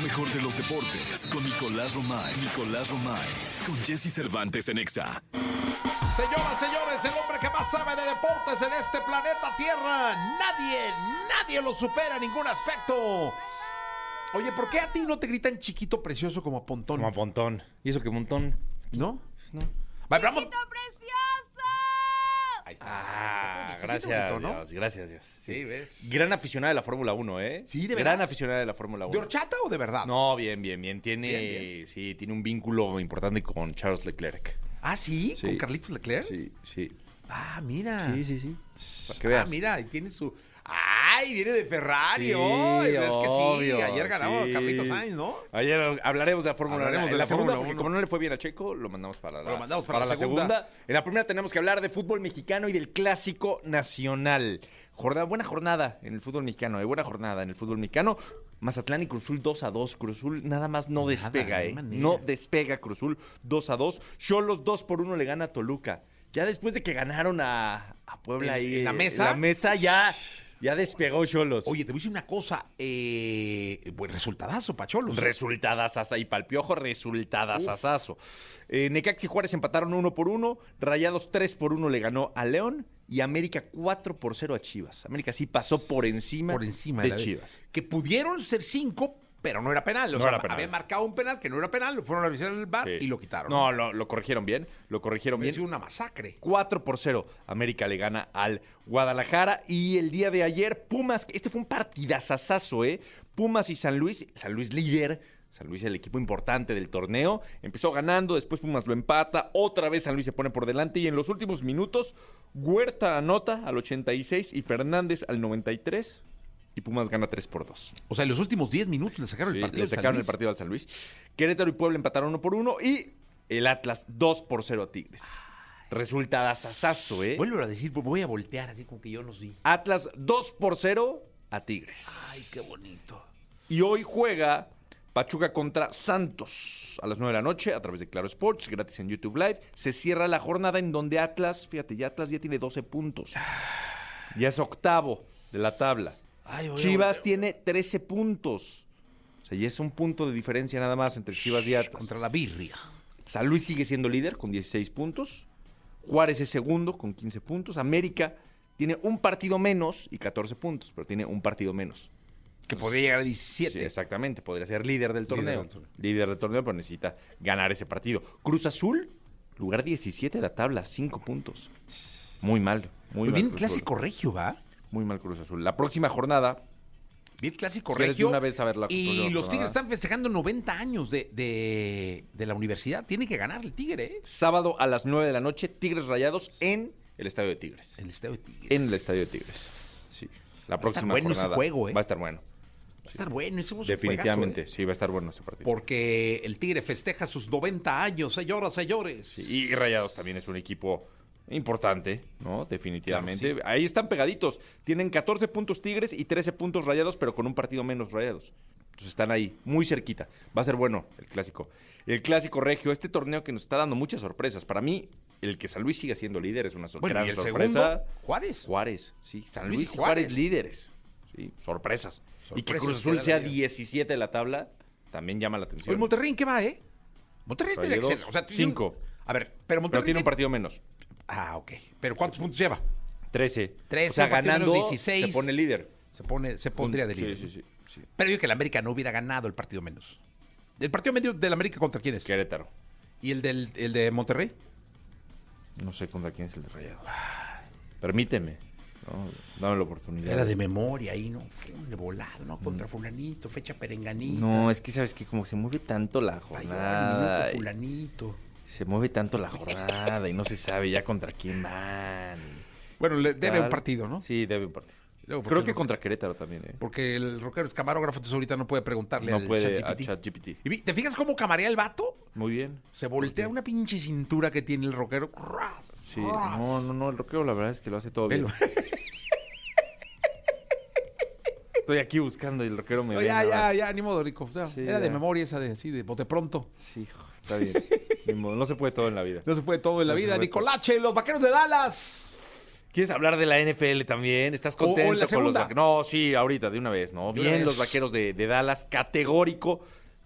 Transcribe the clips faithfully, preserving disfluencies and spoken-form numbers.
mejor de los deportes con Nicolás Romay. Nicolás Romay. Con Jesse Cervantes en Exa. Señoras, señores, el hombre que más sabe de deportes en este planeta Tierra. Nadie, nadie lo supera en ningún aspecto. Oye, ¿por qué a ti no te gritan chiquito precioso como a Pontón? Como a Pontón. ¿Y eso que Montón? ¿No? Pues no. Va, vamos. ¡Chiquito precioso! Ahí está. Ah, Sí, gracias, sí, bonito, ¿no? Dios, gracias, Dios. Sí, ¿ves? Gran aficionada de la Fórmula uno, ¿eh? Sí, ¿de Gran veras? aficionada de la Fórmula uno. ¿De horchata o de verdad? No, bien, bien, bien. Tiene, Bien, bien. sí, tiene un vínculo importante con Charles Leclerc. ¿Ah, sí? Sí. ¿Con Carlitos Leclerc? Sí, sí. Ah, mira. Sí, sí, sí. Para que veas. Ah, mira, y tiene su... ¡Ay, viene de Ferrari! Sí, ¡Ay, es que sí! obvio, Ayer ganaba sí. Carlitos Sainz, ¿no? Ayer hablaremos de la Fórmula Hablaremos uno. de En la la segunda, Fórmula porque uno. como no le fue bien a Checo, lo mandamos para la, Lo mandamos para la segunda. En la primera tenemos que hablar de fútbol mexicano y del Clásico Nacional. Jornada, buena jornada en el fútbol mexicano, eh, buena jornada en el fútbol mexicano. Mazatlán y Cruzul dos a dos. Cruzul nada más no Nada, despega, no hay ¿eh? manera. No despega Cruzul dos a dos. Xolos dos por uno le gana a Toluca. Ya después de que ganaron a, a Puebla ¿En- ahí. en la eh, mesa? La mesa ya, ya despegó Xolos. Oye, te voy a decir una cosa. Eh, buen resultadazo, Pacholos. Resultadazaza y palpiojo, resultadazazazo. Eh, Necaxa y Juárez empataron uno por uno. Rayados tres por uno le ganó a León. Y América cuatro por cero a Chivas. América sí pasó por encima, por encima de la- Chivas. Que pudieron ser cinco, pero no era penal. O No sea, era penal. habían marcado un penal que no era penal, lo fueron a revisar en el bar Sí. y lo quitaron. No, lo, lo corrigieron bien. Lo corrigieron Ha bien. sido una masacre. cuatro por cero. América le gana al Guadalajara. Y el día de ayer, Pumas, este fue un partidazazazo, ¿eh? Pumas y San Luis, San Luis líder. San Luis, el equipo importante del torneo, empezó ganando, después Pumas lo empata, otra vez San Luis se pone por delante y en los últimos minutos Huerta anota al ochenta y seis y Fernández al noventa y tres y Pumas gana tres por dos. O sea, en los últimos diez minutos le sacaron Sí, el partido. le al San sacaron el Luis. partido al San Luis. Querétaro y Puebla empataron uno por uno y el Atlas dos por cero a Tigres. Resultadazazazo, ¿eh? Vuelvo a decir, voy a voltear así como que yo los vi. Atlas dos por cero a Tigres. Ay, qué bonito. Y hoy juega Pachuca contra Santos a las nueve de la noche a través de Claro Sports, gratis en YouTube Live. Se cierra la jornada en donde Atlas, fíjate, ya Atlas ya tiene doce puntos. Ya es octavo de la tabla. Ay, voy a Chivas voltear. tiene trece puntos. O sea, ya es un punto de diferencia nada más entre Chivas y Atlas. Contra la birria. San Luis sigue siendo líder con dieciséis puntos. Juárez es segundo con quince puntos. América tiene un partido menos y catorce puntos, pero tiene un partido menos. Que podría llegar a diecisiete. Sí, exactamente, podría ser líder del torneo. del torneo. Líder del torneo, pero necesita ganar ese partido. Cruz Azul, lugar diecisiete de la tabla, cinco puntos. Muy mal, muy Muy mal. bien, Cruz clásico Azul. regio, ¿va? Muy mal Cruz Azul. La próxima jornada, Bien, clásico ¿quieres regio. de una vez saber la Y próxima los jornada? Tigres están festejando noventa años de, de, de la universidad. Tiene que ganar el Tigre, ¿eh? sábado a las nueve de la noche, Tigres Rayados en el Estadio de Tigres. El estadio de Tigres. En el Estadio de Tigres. Sí. La Va a estar próxima bueno ese jornada juego, ¿eh? va a estar bueno. Va a estar bueno. Ese es un Definitivamente, juegazo, ¿eh? sí, va a estar bueno ese partido. Porque el Tigre festeja sus noventa años, señoras, señores. Sí, y, y Rayados también es un equipo importante, ¿no? Definitivamente. Claro, Ahí están pegaditos. Tienen catorce puntos Tigres y trece puntos Rayados, pero con un partido menos Rayados. Entonces están ahí, muy cerquita. Va a ser bueno el clásico. El clásico regio, este torneo que nos está dando muchas sorpresas. Para mí, el que San Luis siga siendo líder es una sor- Bueno, gran y el sorpresa. segundo, Juárez. Juárez, sí. San Luis Luis y y Juárez, Juárez. líderes. Sí, sorpresas. Y que Sorpresas Cruz Azul que sea da la liga. diecisiete de la tabla, también llama la atención. Oye, Monterrey, ¿en qué va, eh? Monterrey tiene Rayados, excelente. O sea, tiene un- cinco. A ver, pero Monterrey. Pero tiene un partido menos. Ah, ok. ¿Pero cuántos puntos lleva? trece. trece, O sea, un partido ganando, menos dieciséis. se pone líder. Se pone, se pondría de Sí, líder. sí, sí, sí. Pero yo que el América no hubiera ganado el partido menos. ¿El partido medio del América contra quién es? Querétaro. ¿Y el, del, el de Monterrey? No sé contra quién es el de Rayado. Permíteme. No, dame la oportunidad. Era de memoria ahí, ¿no? Fum, de volado, ¿no? Contra fulanito, fecha perenganita. No, es que sabes que como se mueve tanto la Falló al jornada. minuto y fulanito. Se mueve tanto la jornada y no se sabe ya contra quién van. Bueno, le debe Tal. un partido, ¿no? Sí, debe un partido. Debe un Creo partido. que contra Querétaro también, ¿eh? Porque el rockero es camarógrafo, entonces ahorita no puede preguntarle No al puede a ChatGPT. ChatGPT. ¿Y vi- te fijas cómo camarea el vato? Muy bien. Se voltea una pinche cintura que tiene el rockero. ¡Ras! Sí, ¡Ras! no, no, no, el rockero la verdad es que lo hace todo bien. Velo. Estoy aquí buscando y el rockero me No, ve ya, nada ya, más. ya, ni modo, Rico. O sea, Sí, era de ya. memoria esa de así, de bote pronto. Sí, hijo, está bien. Ni modo, no se puede todo en la vida. No se puede todo en la No se vida. puede Nicolache, los vaqueros de Dallas. ¿Quieres hablar de la N F L también? ¿Estás o contento en la con los segunda. vaqueros? No, sí, ahorita, de una vez, ¿no? De una Bien, vez. los vaqueros de, de Dallas, categórico.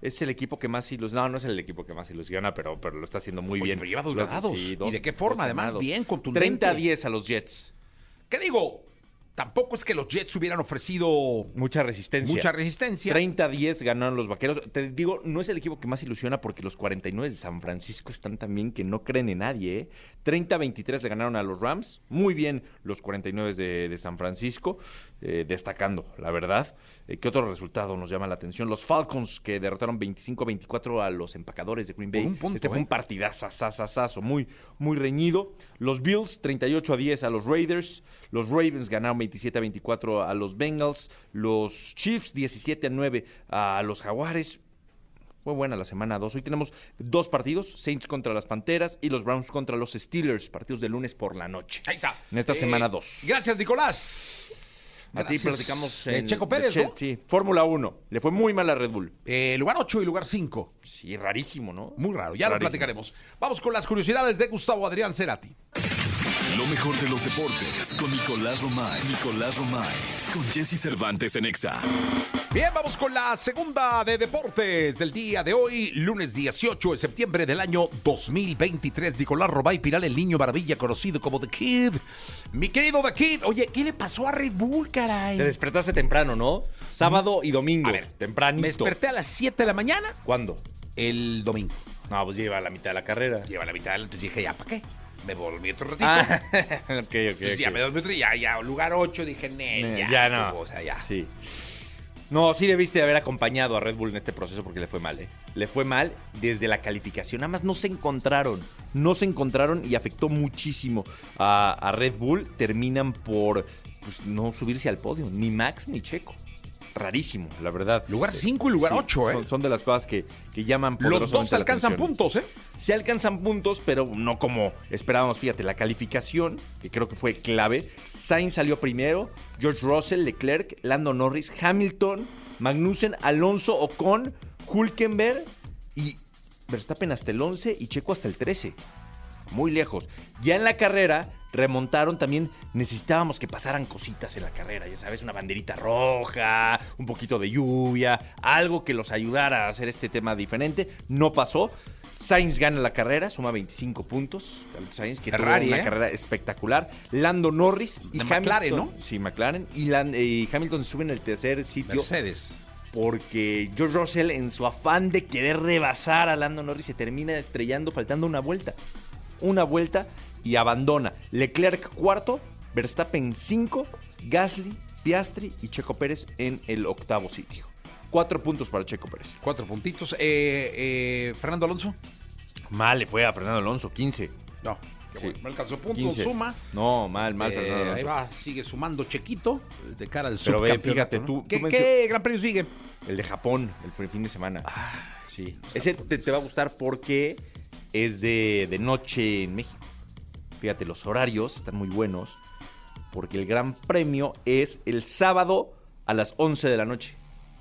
Es el equipo que más ilusiona. No, no es el equipo que más ilusiona, pero, pero lo está haciendo muy Oye, bien. pero lleva dos Los- ganados. sí, ¿Y dos- de qué forma? dos Además, ganados. bien contundente. treinta a diez a los Jets. ¿Qué digo? Tampoco es que los Jets hubieran ofrecido Mucha resistencia. mucha resistencia. treinta a diez ganaron los Vaqueros. Te digo, no es el equipo que más ilusiona porque los cuarenta y nueve de San Francisco están también que no creen en nadie. ¿eh? treinta a veintitrés le ganaron a los Rams. Muy bien los cuarenta y nueve de, de San Francisco, eh, destacando, la verdad. Eh, ¿Qué otro resultado nos llama la atención? Los Falcons, que derrotaron veinticinco a veinticuatro a los empacadores de Green Bay. Por un punto, este fue ¿eh? un partidazazazazo, muy, muy reñido. Los Bills, treinta y ocho a diez a los Raiders. Los Ravens ganaron veintisiete a veinticuatro a los Bengals. Los Chiefs, diecisiete a nueve a los Jaguares. Fue buena la semana dos. Hoy tenemos dos partidos, Saints contra las Panteras y los Browns contra los Steelers, partidos de lunes por la noche. Ahí está. En esta Eh, semana dos. Gracias, Nicolás. A ti Gracias. platicamos De en Checo de Pérez, Che- ¿no? Sí, Fórmula uno. Le fue muy mal a Red Bull. Eh, lugar ocho y lugar cinco. Sí, rarísimo, ¿no? Muy raro, ya lo Rarísimo. platicaremos. Vamos con las curiosidades de Gustavo Adrián Cerati. Lo mejor de los deportes con Nicolás Romay. Nicolás Romay. Con Jesse Cervantes en Exa. Bien, vamos con la segunda de deportes del día de hoy, lunes dieciocho de septiembre del año dos mil veintitrés. Nicolás Robay Piral, el niño maravilla conocido como The Kid. Mi querido The Kid, oye, ¿qué le pasó a Red Bull, caray? Te despertaste temprano, ¿no? Sábado y domingo. A ver, tempranito. Me desperté a las siete de la mañana ¿Cuándo? el domingo. No, pues lleva la mitad de la carrera. Lleva la mitad, entonces dije, ¿ya para qué? Me volví otro ratito. Ah, ok, ok. Entonces ya ok. me dormí otro, ya, ya, lugar ocho, dije, Nel, ya, ya no. estuvo, o sea, ya. Sí. No, sí debiste haber acompañado a Red Bull en este proceso porque le fue mal, ¿eh? Le fue mal desde la calificación. Nada más no se encontraron. No se encontraron y afectó muchísimo a, a Red Bull. Terminan por pues, no subirse al podio. Ni Max ni Checo. Rarísimo, la verdad. Lugar cinco y lugar Sí, ocho, ¿eh? Son, son de las cosas que, que llaman Los poderosamente dos la alcanzan atención. puntos, ¿eh? Se alcanzan puntos, pero no como esperábamos. Fíjate, la calificación, que creo que fue clave. Sainz salió primero, George Russell, Leclerc, Lando Norris, Hamilton, Magnussen, Alonso, Ocon, Hülkenberg y Verstappen hasta el once y Checo hasta el trece. Muy lejos. Ya en la carrera remontaron también. Necesitábamos que pasaran cositas en la carrera, ya sabes, una banderita roja, un poquito de lluvia, algo que los ayudara a hacer este tema diferente. No pasó. Sainz gana la carrera, suma veinticinco puntos. Sainz que Ferrari, tuvo una ¿eh? carrera espectacular. Lando Norris y De Hamilton. McLaren, ¿no? Sí, McLaren. Y, Lan- y Hamilton se sube en el tercer sitio Mercedes. porque George Russell, en su afán de querer rebasar a Lando Norris, se termina estrellando faltando una vuelta. Una vuelta y abandona. Leclerc cuarto, Verstappen cinco, Gasly, Piastri y Checo Pérez en el octavo sitio. Cuatro puntos para Checo Pérez. Cuatro puntitos. Eh, eh, Fernando Alonso. Mal le fue a Fernando Alonso, quince. No, qué Sí. bueno. No alcanzó puntos, quince. suma. No, mal, mal Eh, Fernando Alonso. ahí va, sigue sumando Chequito de cara al Pero ve, subcampeonato. fíjate, ¿no? tú- ¿Qué, tú qué gran premio sigue? El de Japón, el fin de semana. Sí. Ese te, te va a gustar porque es de, de noche en México. Fíjate, los horarios están muy buenos porque el gran premio es el sábado a las once de la noche.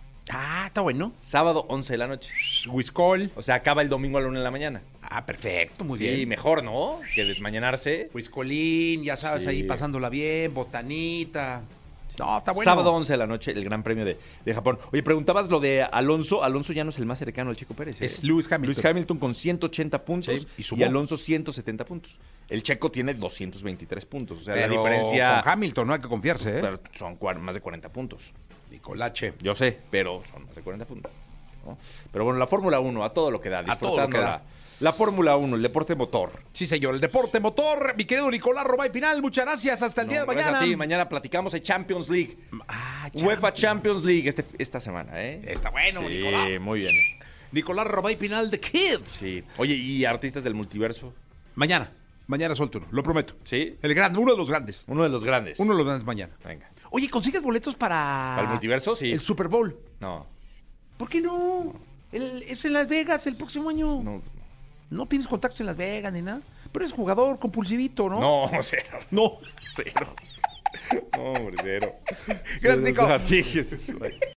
Ah, está bueno. Sábado, once de la noche. Whiskol. O sea, acaba el domingo a la una de la mañana. Ah, perfecto, muy sí, bien. mejor, ¿no? Que desmañanarse. Whiskolín, ya sabes, Sí. ahí pasándola bien, botanita. No, está bueno. Sábado once de la noche, el Gran Premio de, de Japón. Oye, preguntabas lo de Alonso. Alonso ya no es el más cercano al Checo Pérez. ¿eh? Es Lewis Hamilton. Lewis Hamilton con ciento ochenta puntos Sí, y y, sumó. Alonso ciento setenta puntos. El Checo tiene doscientos veintitrés puntos. O sea, Pero la diferencia... con Hamilton no hay que confiarse, ¿eh? pero son cuar- más de cuarenta puntos. Nicolache. Yo sé, pero son más de cuarenta puntos, ¿no? Pero bueno, la Fórmula uno, a todo lo que da, todo lo disfrutando que da. la, la Fórmula uno, el deporte motor. Sí, señor, el deporte motor. Mi querido Nicolás Robay Pinal, muchas gracias. Hasta el día de No, gracias mañana. a ti. Mañana platicamos de Champions League. Ah, UEFA Champions League este- esta semana, ¿eh? Está bueno, sí, Nicolás. muy bien. Nicolás Robay Pinal, The Kid. Sí. Oye, ¿y artistas del multiverso? Mañana. Mañana suelto uno, lo prometo. Sí. El grande, uno de los grandes. Uno de los grandes. Uno de los grandes mañana. Venga. Oye, ¿consigues boletos para. ¿Para el multiverso? Sí. El Super Bowl? No, ¿Por qué no? El- es en Las Vegas el próximo año. No. no. tienes contactos en Las Vegas ni nada. Pero eres jugador compulsivito, ¿no? No, cero. No. Cero. No, hombre, cero. Gracias, Nico. A ti, Jesús.